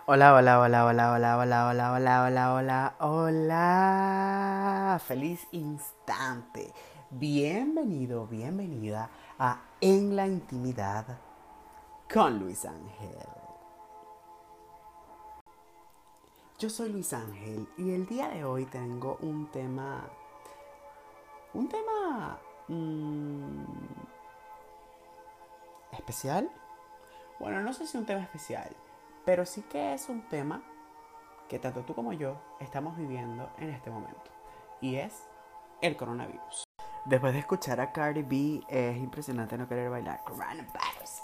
Hola, hola, hola, hola, hola, hola, hola, hola, hola, hola, hola. Feliz instante. Bienvenido, bienvenida a En la Intimidad con Luis Ángel. Yo soy Luis Ángel y el día de hoy tengo un tema especial. Bueno, no sé si un tema especial, pero sí que es un tema que tanto tú como yo estamos viviendo en este momento. Y es el coronavirus. Después de escuchar a Cardi B, es impresionante no querer bailar. Coronavirus.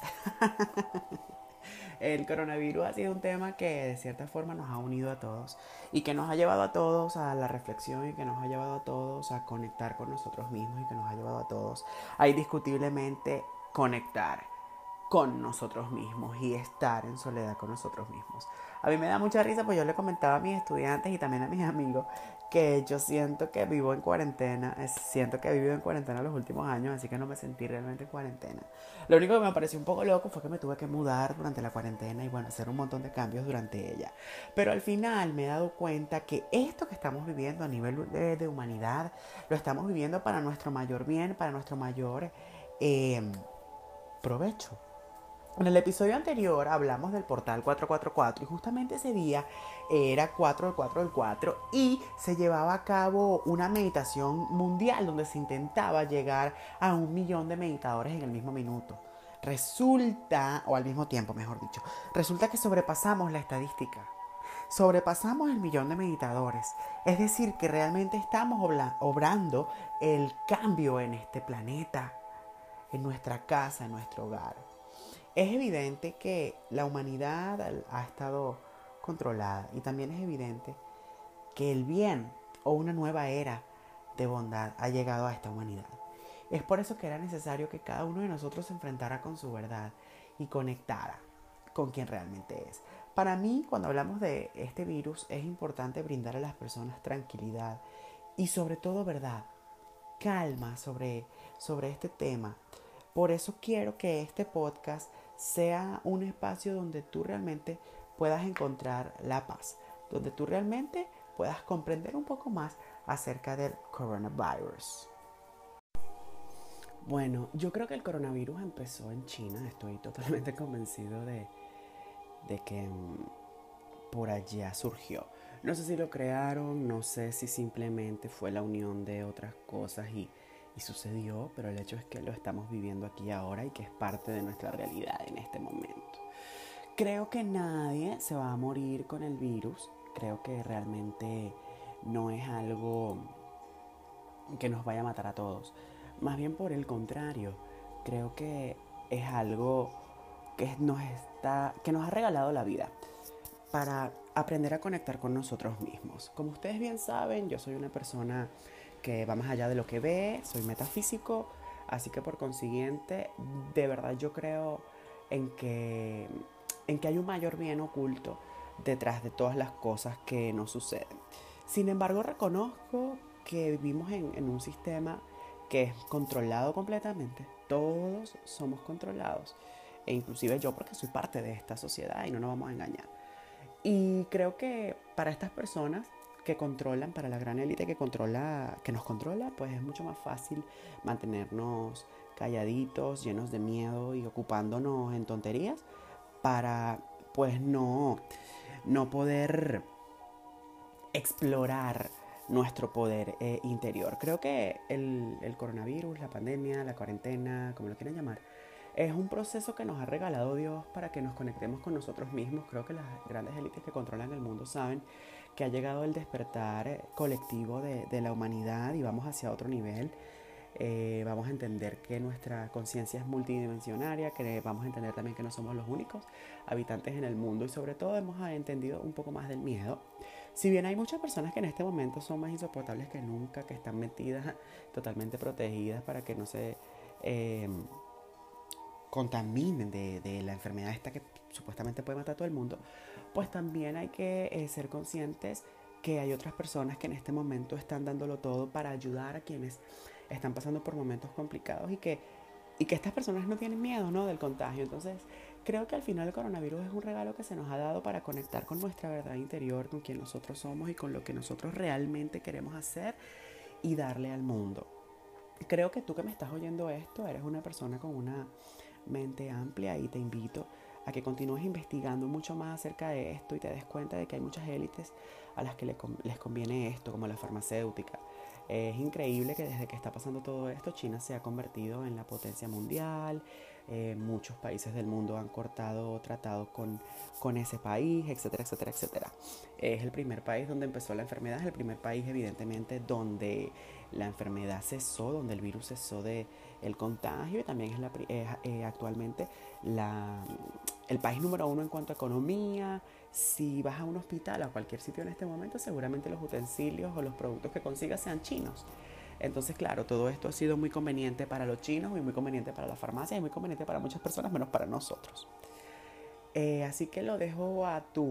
El coronavirus ha sido un tema que de cierta forma nos ha unido a todos y que nos ha llevado a todos a la reflexión y que nos ha llevado a todos a conectar con nosotros mismos y que nos ha llevado a todos a indiscutiblemente conectar con nosotros mismos y estar en soledad con nosotros mismos. A mí me da mucha risa, pues yo le comentaba a mis estudiantes y también a mis amigos que yo siento que vivo en cuarentena, siento que he vivido en cuarentena los últimos años, así que no me sentí realmente en cuarentena. Lo único que me pareció un poco loco fue que me tuve que mudar durante la cuarentena y bueno, hacer un montón de cambios durante ella. Pero al final me he dado cuenta que esto que estamos viviendo a nivel de humanidad, lo estamos viviendo para nuestro mayor bien, para nuestro mayor provecho. En el episodio anterior hablamos del portal 444 y justamente ese día era 4 del 4 del 4 y se llevaba a cabo una meditación mundial donde se intentaba llegar a 1 millón de meditadores en el mismo minuto. Resulta, o al mismo tiempo mejor dicho, resulta que sobrepasamos la estadística. Sobrepasamos el 1 millón de meditadores. Es decir, que realmente estamos obrando el cambio en este planeta, en nuestra casa, en nuestro hogar. Es evidente que la humanidad ha estado controlada y también es evidente que el bien o una nueva era de bondad ha llegado a esta humanidad. Es por eso que era necesario que cada uno de nosotros se enfrentara con su verdad y conectara con quien realmente es. Para mí, cuando hablamos de este virus, es importante brindar a las personas tranquilidad y sobre todo verdad, calma sobre este tema. Por eso quiero que este podcast sea un espacio donde tú realmente puedas encontrar la paz, donde tú realmente puedas comprender un poco más acerca del coronavirus. Bueno, yo creo que el coronavirus empezó en China, estoy totalmente convencido de que por allá surgió. No sé si lo crearon, no sé si simplemente fue la unión de otras cosas y sucedió, pero el hecho es que lo estamos viviendo aquí ahora y que es parte de nuestra realidad en este momento. Creo que nadie se va a morir con el virus, creo que realmente no es algo que nos vaya a matar a todos. Más bien por el contrario, creo que es algo que nos ha regalado la vida para aprender a conectar con nosotros mismos. Como ustedes bien saben, yo soy una persona que va más allá de lo que ve, soy metafísico, así que por consiguiente, de verdad yo creo en que, en que hay un mayor bien oculto detrás de todas las cosas que nos suceden. Sin embargo, reconozco que vivimos en un sistema que es controlado completamente. Todos somos controlados. E inclusive yo porque soy parte de esta sociedad y no nos vamos a engañar. Y creo que para estas personas que controlan, para la gran élite que nos controla, pues es mucho más fácil mantenernos calladitos, llenos de miedo y ocupándonos en tonterías para pues no poder explorar nuestro poder interior. Creo que el coronavirus, la pandemia, la cuarentena, como lo quieran llamar, es un proceso que nos ha regalado Dios para que nos conectemos con nosotros mismos. Creo que las grandes élites que controlan el mundo saben que ha llegado el despertar colectivo de la humanidad y vamos hacia otro nivel. Vamos a entender que nuestra conciencia es multidimensionaria, que vamos a entender también que no somos los únicos habitantes en el mundo y sobre todo hemos entendido un poco más del miedo. Si bien hay muchas personas que en este momento son más insoportables que nunca, que están metidas totalmente protegidas para que no se eh, contaminen de la enfermedad esta que supuestamente puede matar a todo el mundo, pues también hay que ser conscientes que hay otras personas que en este momento están dándolo todo para ayudar a quienes están pasando por momentos complicados y que estas personas no tienen miedo, ¿no?, del contagio. Entonces creo que al final el coronavirus es un regalo que se nos ha dado para conectar con nuestra verdad interior, con quien nosotros somos y con lo que nosotros realmente queremos hacer y darle al mundo. Creo que tú que me estás oyendo esto eres una persona con una mente amplia y te invito a que continúes investigando mucho más acerca de esto y te des cuenta de que hay muchas élites a las que les conviene esto, como la farmacéutica. Es increíble que desde que está pasando todo esto, China se ha convertido en la potencia mundial. Muchos países del mundo han cortado tratados con ese país, etcétera, etcétera, etcétera. Es el primer país donde empezó la enfermedad, es el primer país evidentemente donde la enfermedad cesó, donde el virus cesó de el contagio y también es actualmente el país número uno en cuanto a economía. Si vas a un hospital o a cualquier sitio en este momento, seguramente los utensilios o los productos que consigas sean chinos. Entonces, claro, todo esto ha sido muy conveniente para los chinos y muy conveniente para la farmacia y muy conveniente para muchas personas, menos para nosotros. Así que lo dejo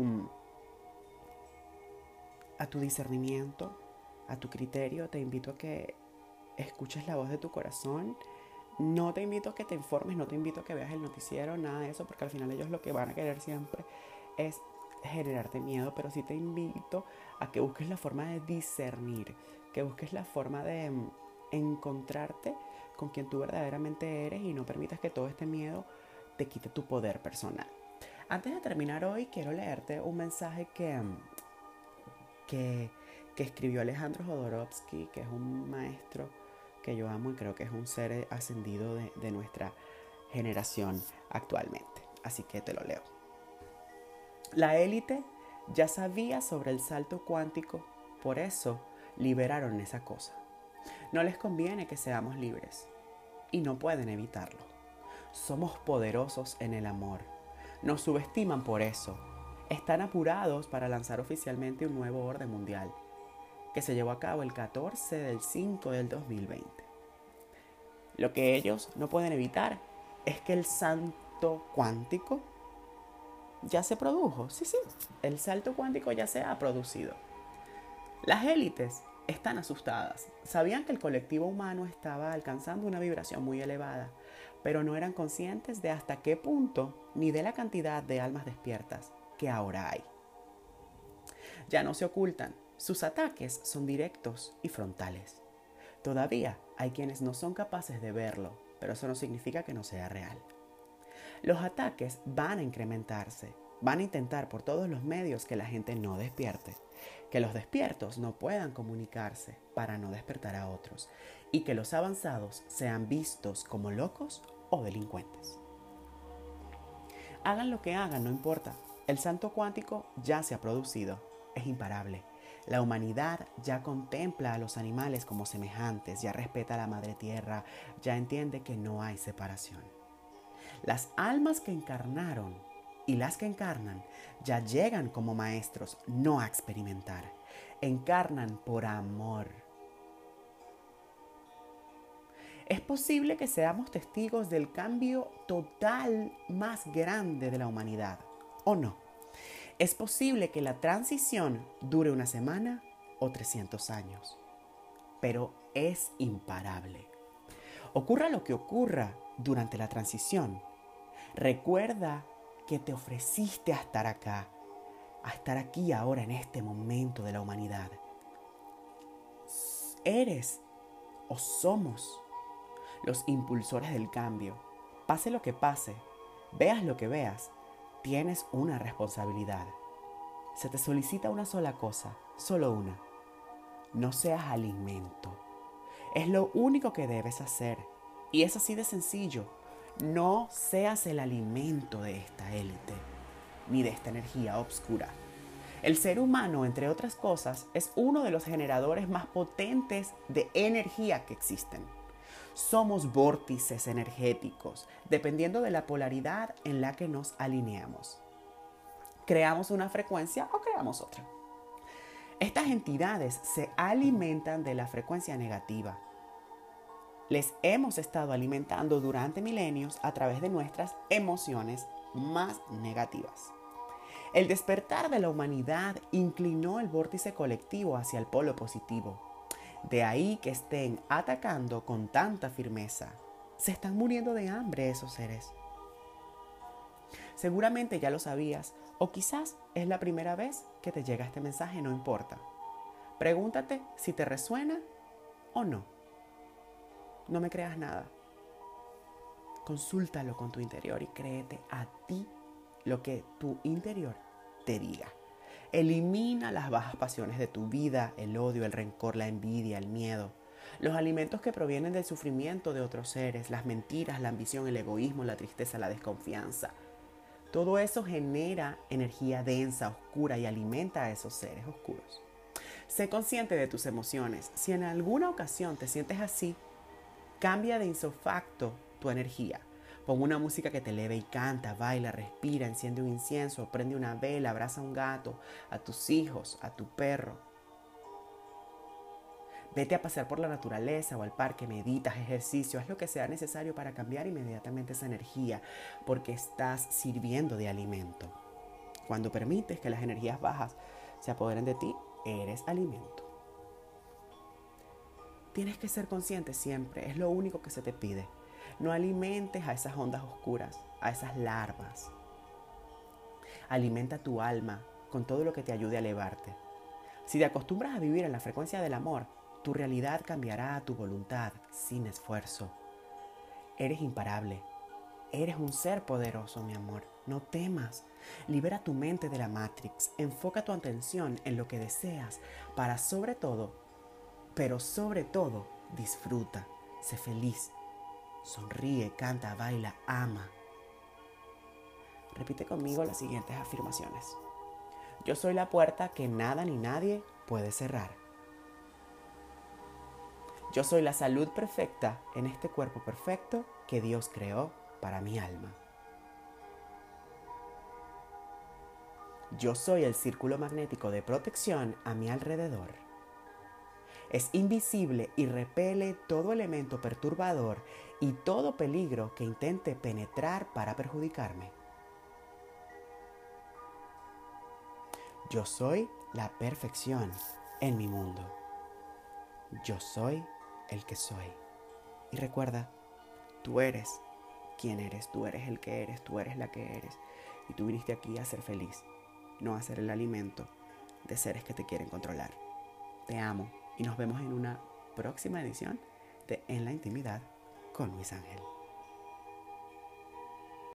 a tu discernimiento, a tu criterio. Te invito a que escuches la voz de tu corazón. No te invito a que te informes, no te invito a que veas el noticiero, nada de eso, porque al final ellos lo que van a querer siempre es generarte miedo, pero sí te invito a que busques la forma de discernir, que busques la forma de encontrarte con quien tú verdaderamente eres y no permitas que todo este miedo te quite tu poder personal. Antes de terminar hoy, quiero leerte un mensaje que, que escribió Alejandro Jodorowsky, que es un maestro que yo amo y creo que es un ser ascendido de nuestra generación actualmente. Así que te lo leo. La élite ya sabía sobre el salto cuántico, por eso liberaron esa cosa. No les conviene que seamos libres y no pueden evitarlo. Somos poderosos en el amor. Nos subestiman por eso. Están apurados para lanzar oficialmente un nuevo orden mundial que se llevó a cabo el 14 del 5 del 2020. Lo que ellos no pueden evitar es que el salto cuántico ya se produjo. Sí, el salto cuántico ya se ha producido. Las élites están asustadas. Sabían que el colectivo humano estaba alcanzando una vibración muy elevada, pero no eran conscientes de hasta qué punto ni de la cantidad de almas despiertas que ahora hay. Ya no se ocultan. Sus ataques son directos y frontales. Todavía hay quienes no son capaces de verlo, pero eso no significa que no sea real. Los ataques van a incrementarse, van a intentar por todos los medios que la gente no despierte, que los despiertos no puedan comunicarse para no despertar a otros y que los avanzados sean vistos como locos o delincuentes. Hagan lo que hagan, no importa. El salto cuántico ya se ha producido, es imparable. La humanidad ya contempla a los animales como semejantes, ya respeta a la madre tierra, ya entiende que no hay separación. Las almas que encarnaron y las que encarnan ya llegan como maestros, no a experimentar. Encarnan por amor. Es posible que seamos testigos del cambio total más grande de la humanidad, ¿o no? Es posible que la transición dure una semana o 300 años, pero es imparable. Ocurra lo que ocurra durante la transición, recuerda que te ofreciste a estar acá, a estar aquí ahora en este momento de la humanidad. Eres o somos los impulsores del cambio. Pase lo que pase, veas lo que veas, tienes una responsabilidad. Se te solicita una sola cosa, solo una. No seas alimento. Es lo único que debes hacer. Y es así de sencillo. No seas el alimento de esta élite, ni de esta energía oscura. El ser humano, entre otras cosas, es uno de los generadores más potentes de energía que existen. Somos vórtices energéticos, dependiendo de la polaridad en la que nos alineamos. Creamos una frecuencia o creamos otra. Estas entidades se alimentan de la frecuencia negativa. Les hemos estado alimentando durante milenios a través de nuestras emociones más negativas. El despertar de la humanidad inclinó el vórtice colectivo hacia el polo positivo. De ahí que estén atacando con tanta firmeza. Se están muriendo de hambre esos seres. Seguramente ya lo sabías o quizás es la primera vez que te llega este mensaje, no importa. Pregúntate si te resuena o no. No me creas nada. Consúltalo con tu interior y créete a ti lo que tu interior te diga. Elimina las bajas pasiones de tu vida, el odio, el rencor, la envidia, el miedo, los alimentos que provienen del sufrimiento de otros seres, las mentiras, la ambición, el egoísmo, la tristeza, la desconfianza. Todo eso genera energía densa, oscura y alimenta a esos seres oscuros. Sé consciente de tus emociones. Si en alguna ocasión te sientes así, cambia de isofacto tu energía. Pon una música que te eleve y canta, baila, respira, enciende un incienso, prende una vela, abraza a un gato, a tus hijos, a tu perro. Vete a pasear por la naturaleza o al parque, meditas, ejercicio, haz lo que sea necesario para cambiar inmediatamente esa energía, porque estás sirviendo de alimento. Cuando permites que las energías bajas se apoderen de ti, eres alimento. Tienes que ser consciente siempre, es lo único que se te pide. No alimentes a esas ondas oscuras, a esas larvas. Alimenta tu alma con todo lo que te ayude a elevarte. Si te acostumbras a vivir en la frecuencia del amor, tu realidad cambiará a tu voluntad sin esfuerzo. Eres imparable. Eres un ser poderoso, mi amor. No temas. Libera tu mente de la Matrix. Enfoca tu atención en lo que deseas para sobre todo, pero sobre todo, disfruta. Sé feliz. Sonríe, canta, baila, ama. Repite conmigo las siguientes afirmaciones. Yo soy la puerta que nada ni nadie puede cerrar. Yo soy la salud perfecta en este cuerpo perfecto que Dios creó para mi alma. Yo soy el círculo magnético de protección a mi alrededor. Es invisible y repele todo elemento perturbador y todo peligro que intente penetrar para perjudicarme. Yo soy la perfección en mi mundo. Yo soy el que soy. Y recuerda, tú eres quien eres, tú eres el que eres, tú eres la que eres. Y tú viniste aquí a ser feliz, no a ser el alimento de seres que te quieren controlar. Te amo y nos vemos en una próxima edición de En la Intimidad con Luis Ángel.